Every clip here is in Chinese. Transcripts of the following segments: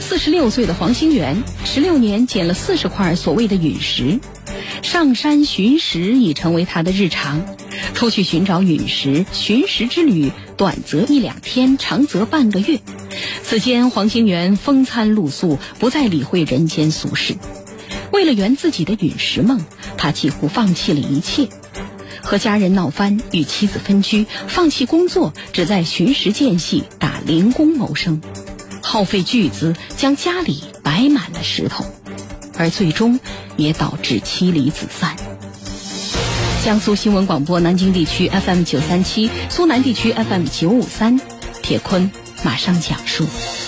46岁的黄兴元16年捡了40块所谓的陨石，上山寻石已成为他的日常。出去寻找陨石，寻石之旅短则1-2天，长则半个月。此间黄兴元风餐露宿，不再理会人间俗事。为了圆自己的陨石梦，他几乎放弃了一切，和家人闹翻，与妻子分居，放弃工作，只在寻石间隙打零工谋生，耗费巨资将家里摆满了石头，而最终也导致妻离子散。江苏新闻广播南京地区 FM 937，苏南地区 FM 953，铁坤马上讲述。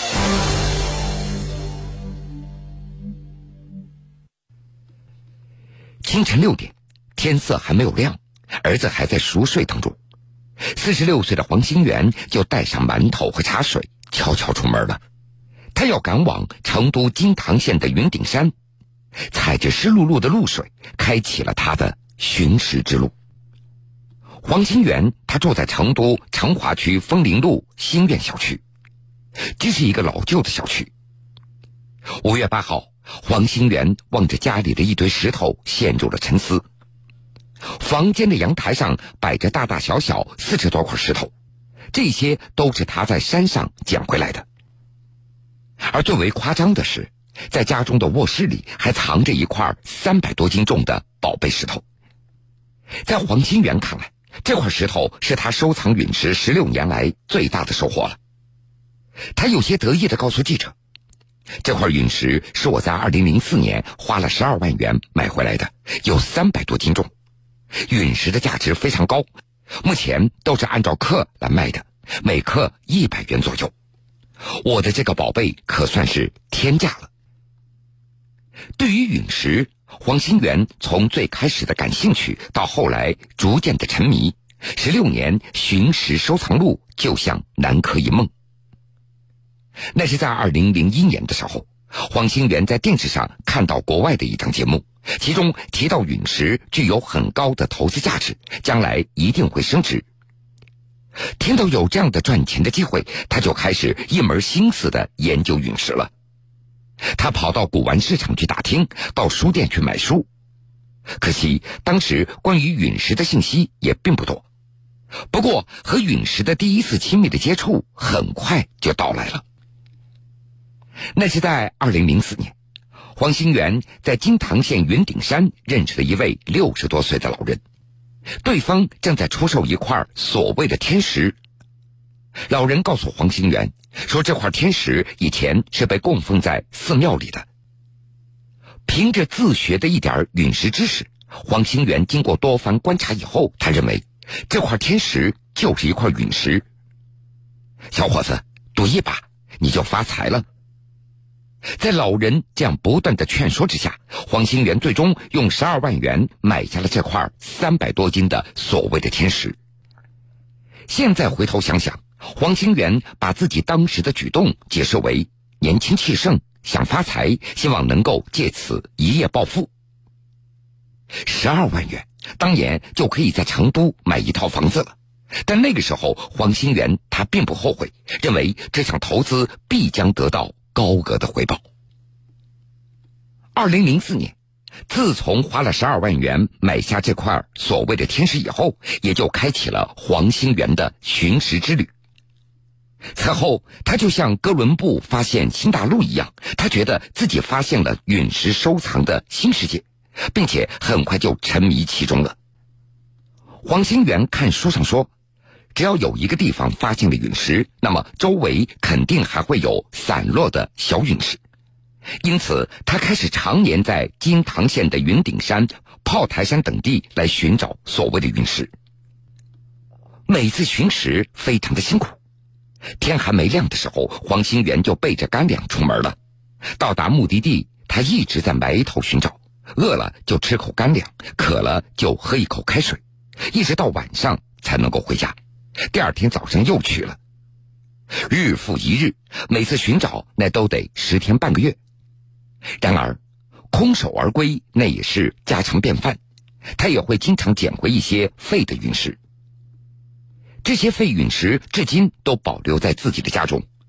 清晨6点，天色还没有亮，儿子还在熟睡当中。46岁的黄兴元就带上馒头和茶水，悄悄出门了。他要赶往成都金堂县的云顶山，踩着湿漉漉的露水，开启了他的寻石之路。黄兴元他住在成都成华区枫林路新苑小区，这是一个老旧的小区。5月8号，黄兴元望着家里的一堆石头陷入了沉思。房间的阳台上摆着大大小小40多块石头，这些都是他在山上捡回来的。而最为夸张的是，在家中的卧室里还藏着一块300多斤重的宝贝石头。在黄兴元看来，这块石头是他收藏陨石16年来最大的收获了。他有些得意地告诉记者，这块陨石是我在2004年花了12万元买回来的，有300多斤重。陨石的价值非常高，目前都是按照克来卖的，每克100元左右。我的这个宝贝可算是天价了。对于陨石，黄兴元从最开始的感兴趣到后来逐渐的沉迷，16年寻石收藏路就像南柯一梦。那是在2001年的时候，黄兴元在电视上看到国外的一档节目，其中提到陨石具有很高的投资价值，将来一定会升值。听到有这样的赚钱的机会，他就开始一门心思的研究陨石了。他跑到古玩市场去打听，到书店去买书。可惜当时关于陨石的信息也并不多。不过和陨石的第一次亲密的接触很快就到来了。那是在2004年，黄兴元在金堂县云顶山认识了一位60多岁的老人，对方正在出售一块所谓的天石。老人告诉黄兴元说，这块天石以前是被供奉在寺庙里的。凭着自学的一点陨石知识，黄兴元经过多番观察以后，他认为这块天石就是一块陨石。小伙子，赌一把你就发财了。在老人这样不断的劝说之下，黄兴元最终用12万元买下了这块300多斤的所谓的天石。现在回头想想，黄兴元把自己当时的举动解释为年轻气盛，想发财，希望能够借此一夜暴富。12万元当年就可以在成都买一套房子了，但那个时候黄兴元他并不后悔，认为这项投资必将得到高额的回报。2004年，自从花了12万元买下这块所谓的天石以后，也就开启了黄兴元的寻石之旅。此后他就像哥伦布发现新大陆一样，他觉得自己发现了陨石收藏的新世界，并且很快就沉迷其中了。黄兴元看书上说，只要有一个地方发现了陨石，那么周围肯定还会有散落的小陨石。因此他开始常年在金堂县的云顶山、炮台山等地来寻找所谓的陨石。每次寻石非常的辛苦，天还没亮的时候，黄兴元就背着干粮出门了。到达目的地，他一直在埋头寻找，饿了就吃口干粮，渴了就喝一口开水，一直到晚上才能够回家。第二天早上又去了，日复一日，每次寻找那都得10天半个月。然而空手而归那也是家常便饭，他也会经常捡回一些废的陨石。这些废陨石至今都保留在自己的家中，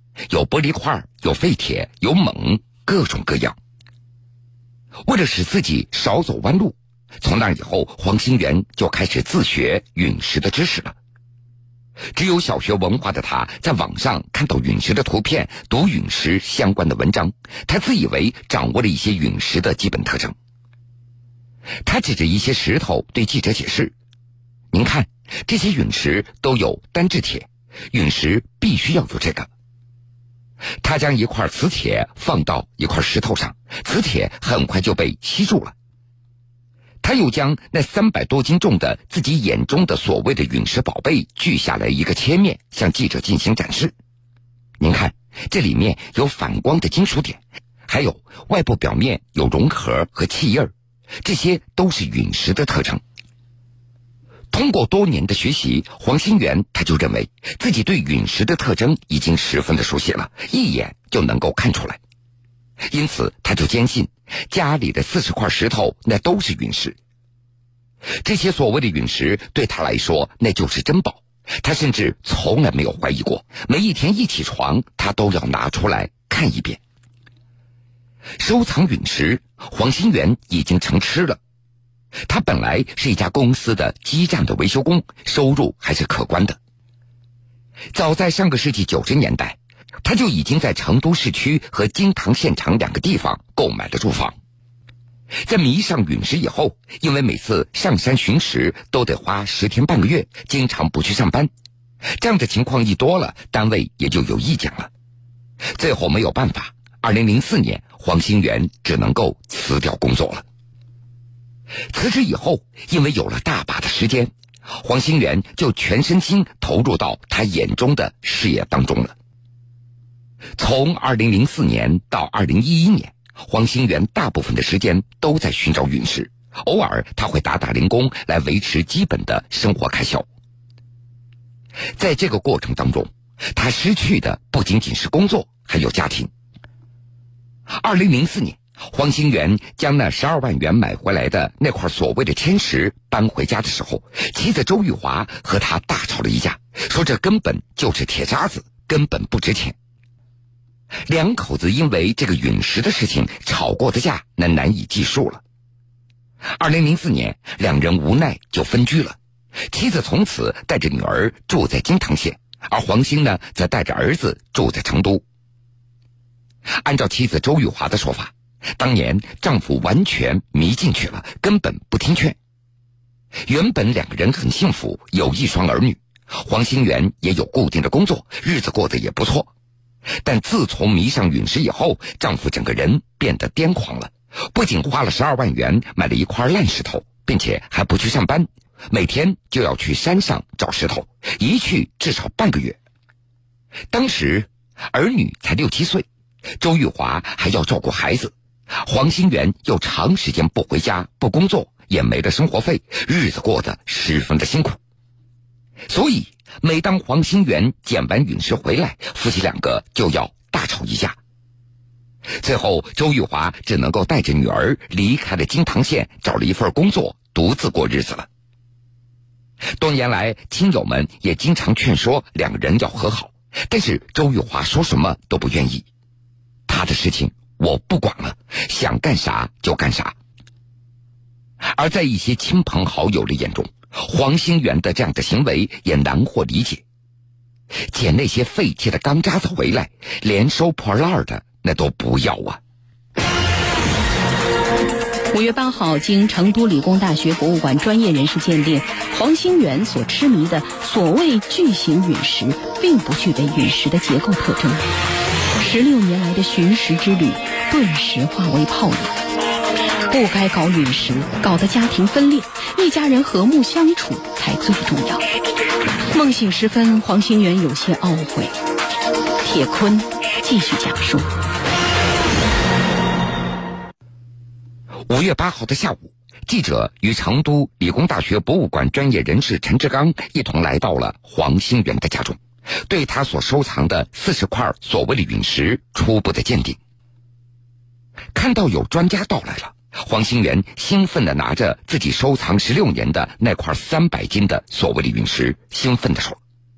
有玻璃块，有废铁，有锰，各种各样。为了使自己少走弯路，从那以后，黄兴元就开始自学陨石的知识了。只有小学文化的他，在网上看到陨石的图片，读陨石相关的文章，他自以为掌握了一些陨石的基本特征。他指着一些石头对记者解释：“您看，这些陨石都有单质铁，陨石必须要有这个。”他将一块磁铁放到一块石头上，磁铁很快就被吸住了。他又将那300多斤重的自己眼中的所谓的陨石宝贝锯下来一个切面，向记者进行展示。您看，这里面有反光的金属点，还有外部表面有融合和气印，这些都是陨石的特征。通过多年的学习，黄兴元他就认为自己对陨石的特征已经十分的熟悉了，一眼就能够看出来。因此他就坚信家里的40块石头那都是陨石。这些所谓的陨石对他来说那就是珍宝，他甚至从来没有怀疑过，每一天一起床他都要拿出来看一遍。收藏陨石，黄兴元已经成痴了。他本来是一家公司的基站的维修工，收入还是可观的。早在上个世纪90年代，他就已经在成都市区和金堂县场2个地方购买了住房。在迷上陨石以后，因为每次上山寻石都得花10天半个月，经常不去上班，这样的情况一多了，单位也就有意见了。最后没有办法，2004年黄兴元只能够辞掉工作了。辞职以后，因为有了大把的时间，黄兴元就全身心投入到他眼中的事业当中了。从2004年到2011年，黄兴元大部分的时间都在寻找陨石，偶尔他会打零工来维持基本的生活开销。在这个过程当中，他失去的不仅仅是工作，还有家庭。2004年，黄兴元将那12万元买回来的那块所谓的天石搬回家的时候，妻子周玉华和他大吵了一架，说这根本就是铁渣子，根本不值钱。两口子因为这个陨石的事情吵过的架那难以计数了。2004年，两人无奈就分居了，妻子从此带着女儿住在金堂县，而黄兴呢则带着儿子住在成都。按照妻子周玉华的说法，当年丈夫完全迷进去了，根本不听劝。原本两个人很幸福，有1双儿女，黄兴元也有固定的工作，日子过得也不错。但自从迷上陨石以后，丈夫整个人变得癫狂了，不仅花了12万元买了一块烂石头，并且还不去上班，每天就要去山上找石头，一去至少半个月。当时儿女才6、7岁，周玉华还要照顾孩子，黄兴元又长时间不回家不工作，也没了生活费，日子过得十分的辛苦。所以每当黄兴元捡完陨石回来，夫妻2个就要大吵一架。最后周玉华只能够带着女儿离开了金堂县，找了一份工作，独自过日子了。多年来，亲友们也经常劝说两个人要和好，但是周玉华说什么都不愿意。他的事情我不管了，想干啥就干啥。而在一些亲朋好友的眼中，黄兴元的这样的行为也难获理解。捡那些废弃的钢渣子回来，连收破烂的那都不要啊。 5月8号，经成都理工大学博物馆专业人士鉴定，黄兴元所痴迷的所谓巨型陨石并不具备陨石的结构特征。16年来的寻石之旅顿时化为泡影。不该搞陨石，搞得家庭分裂，一家人和睦相处才最重要。梦醒时分，黄兴元有些懊悔。铁坤继续讲述。 5月8号的下午，记者与成都理工大学博物馆专业人士陈志刚一同来到了黄兴元的家中，对他所收藏的40块所谓的陨石初步的鉴定。看到有专家到来了，黄兴元兴奋地拿着自己收藏16年的那块300斤的所谓的陨石，兴奋地说：“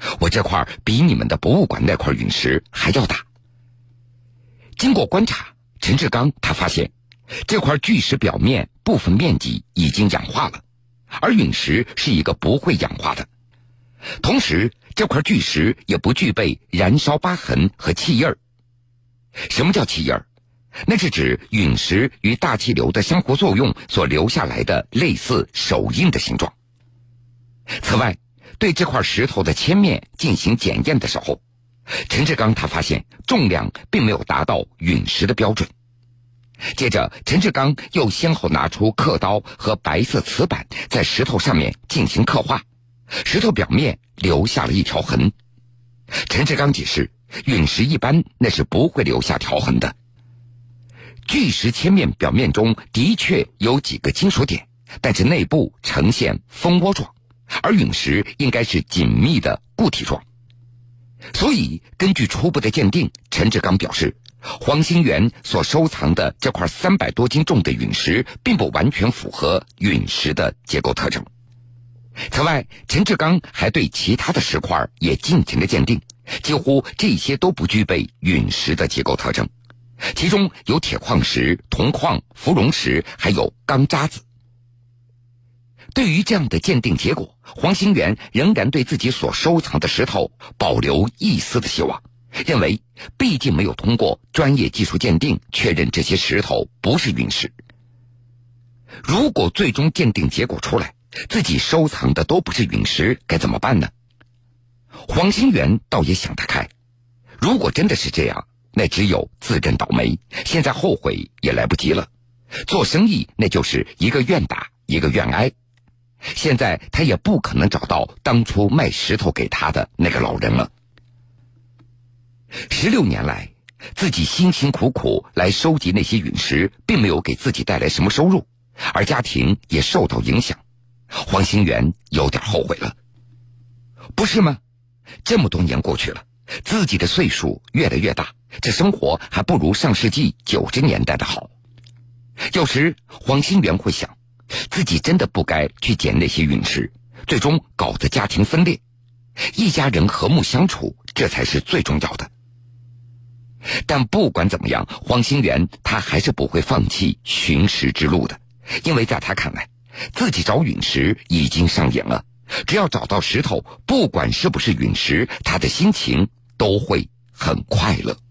我这块比你们的博物馆那块陨石还要大。经过观察，陈志刚他发现这块巨石表面部分面积已经氧化了，而陨石是一个不会氧化的。同时，这块巨石也不具备燃烧疤痕和气印儿。什么叫气印儿？那是指陨石与大气流的相互作用所留下来的类似手印的形状。此外，对这块石头的切面进行检验的时候，陈志刚他发现重量并没有达到陨石的标准。接着，陈志刚又先后拿出刻刀和白色瓷板在石头上面进行刻画，石头表面留下了一条痕。陈志刚解释，陨石一般那是不会留下条痕的。巨石切面表面中的确有几个金属点，但是内部呈现蜂窝状，而陨石应该是紧密的固体状。所以根据初步的鉴定，陈志刚表示，黄兴元所收藏的这块300多斤重的陨石并不完全符合陨石的结构特征。此外，陈志刚还对其他的石块也进行了鉴定，几乎这些都不具备陨石的结构特征，其中有铁矿石、铜矿、芙蓉石，还有钢渣子。对于这样的鉴定结果，黄兴元仍然对自己所收藏的石头保留一丝的希望，认为毕竟没有通过专业技术鉴定确认这些石头不是陨石。如果最终鉴定结果出来，自己收藏的都不是陨石，该怎么办呢？黄兴元倒也想得开，如果真的是这样，那只有自认倒霉，现在后悔也来不及了。做生意那就是一个愿打一个愿挨，现在他也不可能找到当初卖石头给他的那个老人了。16年来，自己辛辛苦苦来收集那些陨石，并没有给自己带来什么收入，而家庭也受到影响。黄兴元有点后悔了，不是吗？这么多年过去了，自己的岁数越来越大，这生活还不如上世纪90年代的好。有时黄兴元会想，自己真的不该去捡那些陨石，最终搞得家庭分裂。一家人和睦相处，这才是最重要的。但不管怎么样，黄兴元他还是不会放弃寻石之路的，因为在他看来，自己找陨石已经上瘾了，只要找到石头，不管是不是陨石，他的心情都会很快乐。